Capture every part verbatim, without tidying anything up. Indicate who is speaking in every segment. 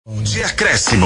Speaker 1: De acréscimo.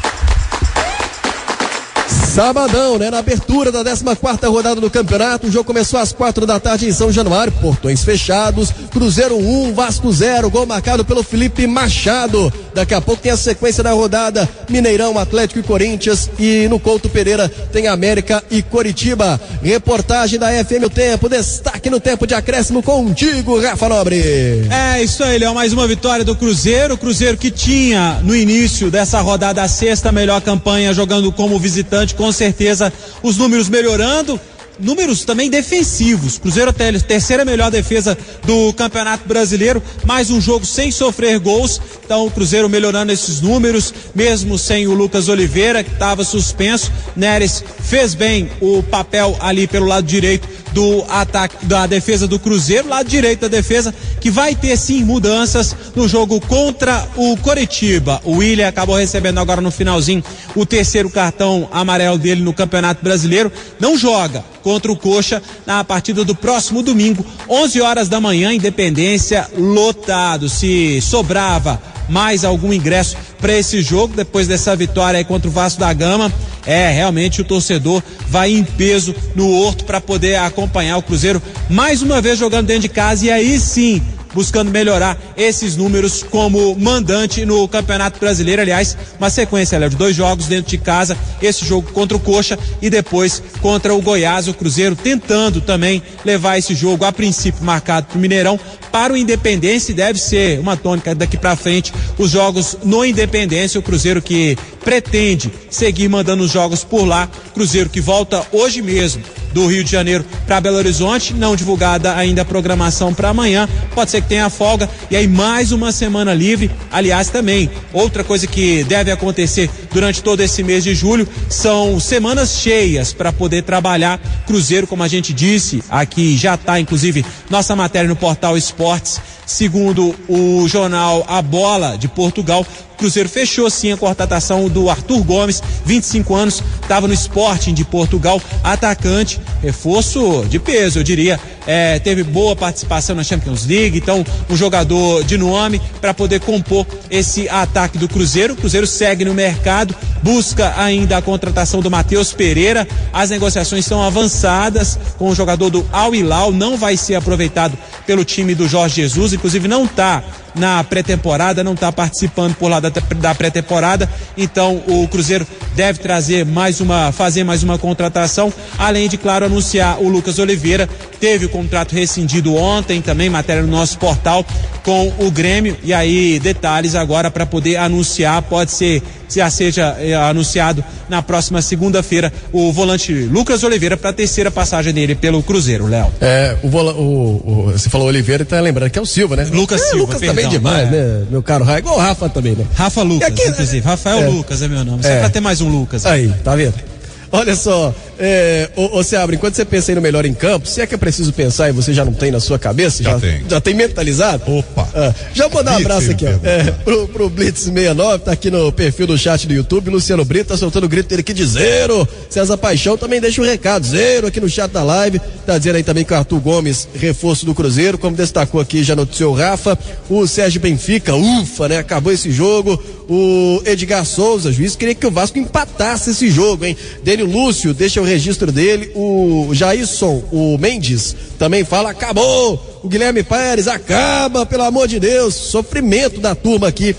Speaker 2: Sabadão, né? Na abertura da décima quarta rodada do campeonato, o jogo começou às quatro da tarde em São Januário, portões fechados, Cruzeiro um, Vasco zero, gol marcado pelo Felipe Machado. Daqui a pouco tem a sequência da rodada, Mineirão, Atlético e Corinthians, e no Couto Pereira tem América e Coritiba. Reportagem da F M O Tempo, destaque no tempo de acréscimo contigo, Rafa Nobre.
Speaker 3: É, isso aí, Léo, mais uma vitória do Cruzeiro, o Cruzeiro que tinha no início dessa rodada a sexta melhor campanha jogando como visitante, com certeza os números melhorando, números também defensivos. Cruzeiro tem a terceira melhor defesa do Campeonato Brasileiro, mais um jogo sem sofrer gols, então o Cruzeiro melhorando esses números, mesmo sem o Lucas Oliveira, que estava suspenso. Neres fez bem o papel ali pelo lado direito do ataque, da defesa do Cruzeiro, lado direito da defesa, que vai ter sim mudanças no jogo contra o Coritiba. O Willian acabou recebendo agora no finalzinho o terceiro cartão amarelo dele no Campeonato Brasileiro, não joga contra o Coxa na partida do próximo domingo, onze horas da manhã, Independência lotado. Se sobrava mais algum ingresso para esse jogo, depois dessa vitória aí contra o Vasco da Gama, é, realmente o torcedor vai em peso no Horto para poder acompanhar o Cruzeiro mais uma vez jogando dentro de casa, e aí sim buscando melhorar esses números como mandante no Campeonato Brasileiro. Aliás, uma sequência, Léo, de dois jogos dentro de casa, esse jogo contra o Coxa e depois contra o Goiás. O Cruzeiro tentando também levar esse jogo, a princípio marcado para o Mineirão, para o Independência, e deve ser uma tônica daqui para frente os jogos no Independência. O Cruzeiro que pretende seguir mandando os jogos por lá, Cruzeiro que volta hoje mesmo do Rio de Janeiro para Belo Horizonte, não divulgada ainda a programação para amanhã, pode ser que tenha folga, e aí mais uma semana livre. Aliás, também outra coisa que deve acontecer durante todo esse mês de julho são semanas cheias para poder trabalhar. Cruzeiro, como a gente disse aqui, já está inclusive nossa matéria no portal Esportes, segundo o jornal A Bola de Portugal, Cruzeiro fechou sim a contratação do Arthur Gomes, vinte e cinco anos, estava no Sporting de Portugal, atacante, reforço de peso, eu diria, é, teve boa participação na Champions League, então um jogador de nome para poder compor esse ataque do Cruzeiro. O Cruzeiro segue no mercado, busca ainda a contratação do Matheus Pereira, as negociações estão avançadas com o jogador do Al Hilal, não vai ser aproveitado pelo time do Jorge Jesus, inclusive não está na pré-temporada, não está participando por lá da, da pré-temporada, então o Cruzeiro deve trazer mais uma, fazer mais uma contratação, além de, claro, anunciar o Lucas Oliveira, teve o contrato rescindido ontem, também matéria no nosso portal, com o Grêmio, e aí detalhes agora para poder anunciar, pode ser, já seja é, anunciado na próxima segunda-feira, o volante Lucas Oliveira para a terceira passagem dele pelo Cruzeiro, Léo.
Speaker 2: É, o, vola, o, o você falou Oliveira, tá lembrando que é o Silva, né?
Speaker 3: Lucas
Speaker 2: é,
Speaker 3: Silva,
Speaker 2: Lucas
Speaker 3: perdão,
Speaker 2: também demais, é. né? Meu caro Raio, igual o Rafa também, né?
Speaker 3: Rafa Lucas,
Speaker 2: aqui,
Speaker 3: inclusive, Rafael
Speaker 2: é.
Speaker 3: Lucas é meu nome, só
Speaker 2: é.
Speaker 3: para ter mais um Lucas.
Speaker 2: Aí, tá vendo? Olha só, é, ô, ô Seabra, enquanto você pensa aí no melhor em campo, se é que é preciso pensar e você já não tem na sua cabeça, já, já tem, já tem mentalizado?
Speaker 4: Opa!
Speaker 2: Ah, já vou dar um abraço aqui, ó, é, pro, pro Blitz sessenta e nove, tá aqui no perfil do chat do YouTube, Luciano Brito tá soltando o grito dele aqui de zero, César Paixão também deixa um recado, zero aqui no chat da live, tá dizendo aí também que o Arthur Gomes, reforço do Cruzeiro, como destacou aqui, já noticiou o Rafa, o Sérgio Benfica, ufa, né, acabou esse jogo, o Edgar Souza, juiz, queria que o Vasco empatasse esse jogo, hein, Dênio Lúcio, deixa o registro dele, o Jairson, o Mendes, também fala, acabou, o Guilherme Pérez, acaba, pelo amor de Deus, sofrimento da turma aqui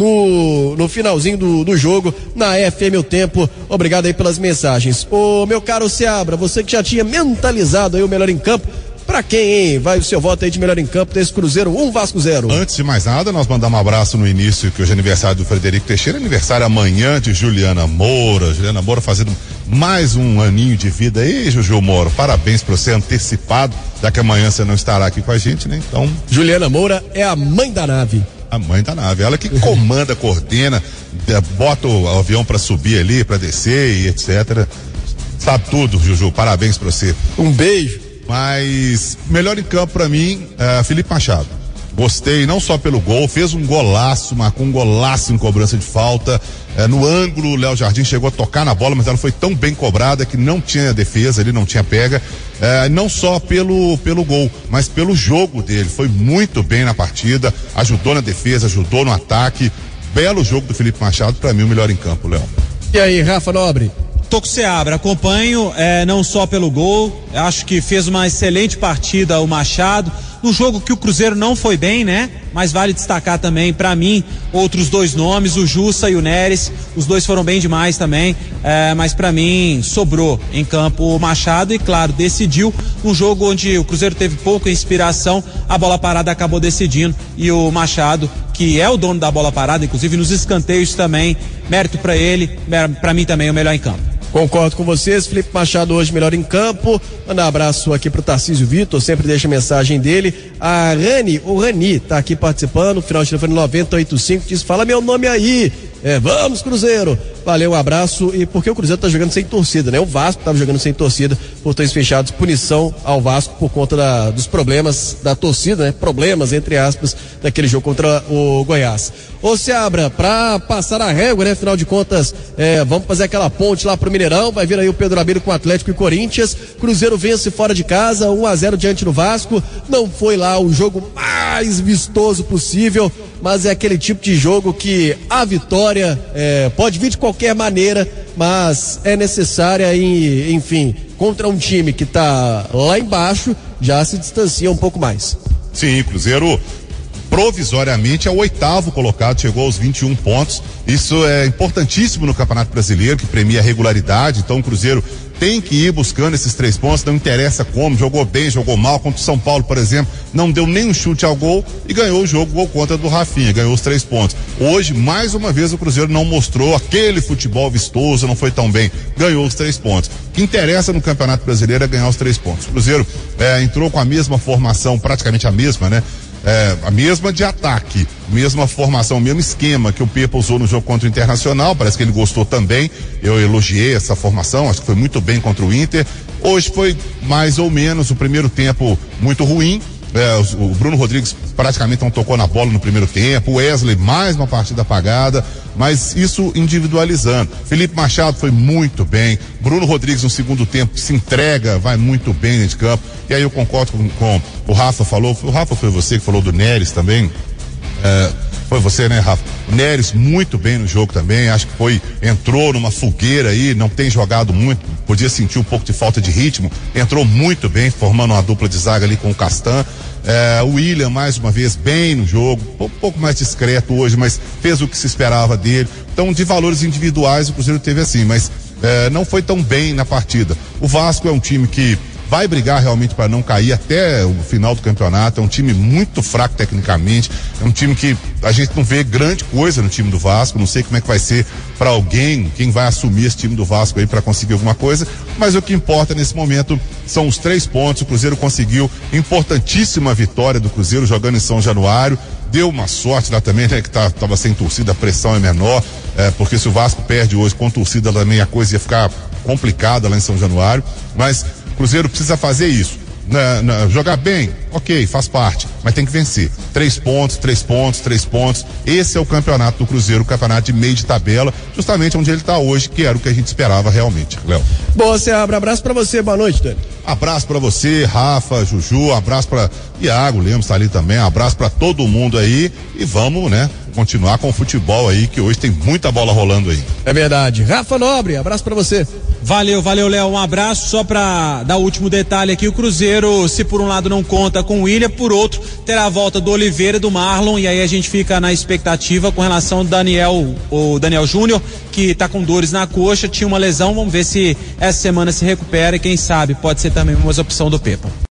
Speaker 2: no, no finalzinho do, do jogo, na F M O Tempo, obrigado aí pelas mensagens. Ô, meu caro Seabra, você que já tinha mentalizado aí o melhor em campo, pra quem, hein? Vai o seu voto aí de melhor em campo desse Cruzeiro um, Vasco zero.
Speaker 4: Antes de mais nada, nós mandamos um abraço no início, que hoje é aniversário do Frederico Teixeira, aniversário amanhã de Juliana Moura, Juliana Moura fazendo mais um aninho de vida aí, Juju Moura, parabéns pra você antecipado, já que amanhã você não estará aqui com a gente, né? Então...
Speaker 2: Juliana Moura é a mãe da nave.
Speaker 4: A mãe da nave, ela que comanda, coordena, bota o avião pra subir ali, pra descer e etcétera. Sabe tudo, Juju, parabéns pra você.
Speaker 2: Um beijo.
Speaker 4: Mas melhor em campo pra mim, é Felipe Machado. Gostei não só pelo gol, fez um golaço, marcou um golaço em cobrança de falta. É, no ângulo, o Léo Jardim chegou a tocar na bola, mas ela foi tão bem cobrada que não tinha defesa, ele não tinha pega. É, não só pelo, pelo gol, mas pelo jogo dele. Foi muito bem na partida, ajudou na defesa, ajudou no ataque. belo jogo do Felipe Machado, para mim o melhor em campo, Léo.
Speaker 2: E aí, Rafa Nobre?
Speaker 3: Tô com o Seabra, acompanho, é, não só pelo gol, acho que fez uma excelente partida o Machado, no jogo que o Cruzeiro não foi bem, né? Mas vale destacar também, pra mim, outros dois nomes, o Jussa e o Neres, os dois foram bem demais também, é, mas pra mim sobrou em campo o Machado e, claro, decidiu um jogo onde o Cruzeiro teve pouca inspiração, a bola parada acabou decidindo e o Machado, que é o dono da bola parada, inclusive nos escanteios também, mérito pra ele, pra mim também o melhor em campo.
Speaker 2: Concordo com vocês, Felipe Machado hoje melhor em campo. Manda um abraço aqui pro Tarcísio Vitor, sempre deixa a mensagem dele. A Rani, o Rani, tá aqui participando, final de telefone noventa e oito cinco, diz, fala meu nome aí. É, vamos Cruzeiro. Valeu, um abraço. E porque o Cruzeiro tá jogando sem torcida, né? O Vasco tava jogando sem torcida, portões fechados, punição ao Vasco por conta da, dos problemas da torcida, né? Problemas, entre aspas, daquele jogo contra o Goiás. Ô Seabra, pra passar a régua, né? Afinal de contas, é, vamos fazer aquela ponte lá pro Mineirão, vai vir aí o Pedro Abelho com o Atlético e Corinthians. Cruzeiro vence fora de casa, um a zero diante do Vasco. Não foi lá o jogo mais vistoso possível, mas é aquele tipo de jogo que a vitória é, pode vir de qualquer maneira, mas é necessária e, enfim, contra um time que está lá embaixo, já se distancia um pouco mais.
Speaker 4: Sim, Cruzeiro provisoriamente é o oitavo colocado, chegou aos vinte e um pontos. Isso é importantíssimo no Campeonato Brasileiro, que premia a regularidade. Então o Cruzeiro tem que ir buscando esses três pontos, não interessa como, jogou bem, jogou mal, contra o São Paulo, por exemplo, não deu nem um chute ao gol e ganhou o jogo, gol contra do Rafinha, ganhou os três pontos. Hoje, mais uma vez, o Cruzeiro não mostrou aquele futebol vistoso, não foi tão bem, ganhou os três pontos. O que interessa no Campeonato Brasileiro é ganhar os três pontos. O Cruzeiro é, entrou com a mesma formação, praticamente a mesma, né? É, a mesma de ataque, mesma formação, mesmo esquema que o Pepa usou no jogo contra o Internacional, parece que ele gostou também, eu elogiei essa formação, acho que foi muito bem contra o Inter. Hoje foi mais ou menos o primeiro tempo muito ruim, é, o Bruno Rodrigues praticamente não tocou na bola no primeiro tempo, o Wesley mais uma partida apagada, mas isso individualizando. Felipe Machado foi muito bem, Bruno Rodrigues no segundo tempo se entrega, vai muito bem dentro de campo, e aí eu concordo com, com o Rafa falou, o Rafa foi você que falou do Neres também, é, foi você, né, Rafa? O Neres muito bem no jogo também, acho que foi, entrou numa fogueira aí, não tem jogado muito, podia sentir um pouco de falta de ritmo, entrou muito bem, formando uma dupla de zaga ali com o Castan. É, o William mais uma vez bem no jogo, um pouco mais discreto hoje, mas fez o que se esperava dele. Então, de valores individuais, o Cruzeiro teve assim, mas é, não foi tão bem na partida. O Vasco é um time que vai brigar realmente para não cair até o final do campeonato, é um time muito fraco tecnicamente, é um time que a gente não vê grande coisa no time do Vasco, não sei como é que vai ser para alguém, quem vai assumir esse time do Vasco aí para conseguir alguma coisa, mas o que importa nesse momento são os três pontos. O Cruzeiro conseguiu importantíssima vitória do Cruzeiro jogando em São Januário, deu uma sorte lá também, né, que tá, tava sem torcida, a pressão é menor, é, porque se o Vasco perde hoje com torcida também a coisa ia ficar complicada lá em São Januário, mas o Cruzeiro precisa fazer isso. Na, na, jogar bem, ok, faz parte, mas tem que vencer. Três pontos, três pontos, três pontos. Esse é o campeonato do Cruzeiro, o campeonato de meio de tabela, justamente onde ele está hoje, que era o que a gente esperava realmente, Léo.
Speaker 2: Boa, Seabra, abraço pra você, boa noite, Dani.
Speaker 4: Abraço pra você, Rafa, Juju, abraço pra Iago Lemos tá ali também, abraço pra todo mundo aí e vamos, né, continuar com o futebol aí, que hoje tem muita bola rolando aí.
Speaker 2: É verdade. Rafa Nobre, abraço pra você.
Speaker 3: Valeu, valeu, Léo, um abraço. Só pra dar o último detalhe aqui, o Cruzeiro, se por um lado não conta com o William, por outro terá a volta do Oliveira e do Marlon, e aí a gente fica na expectativa com relação ao Daniel, o Daniel Júnior, que tá com dores na coxa, tinha uma lesão, vamos ver se essa semana se recupera e quem sabe pode ser também uma opção do Pepa.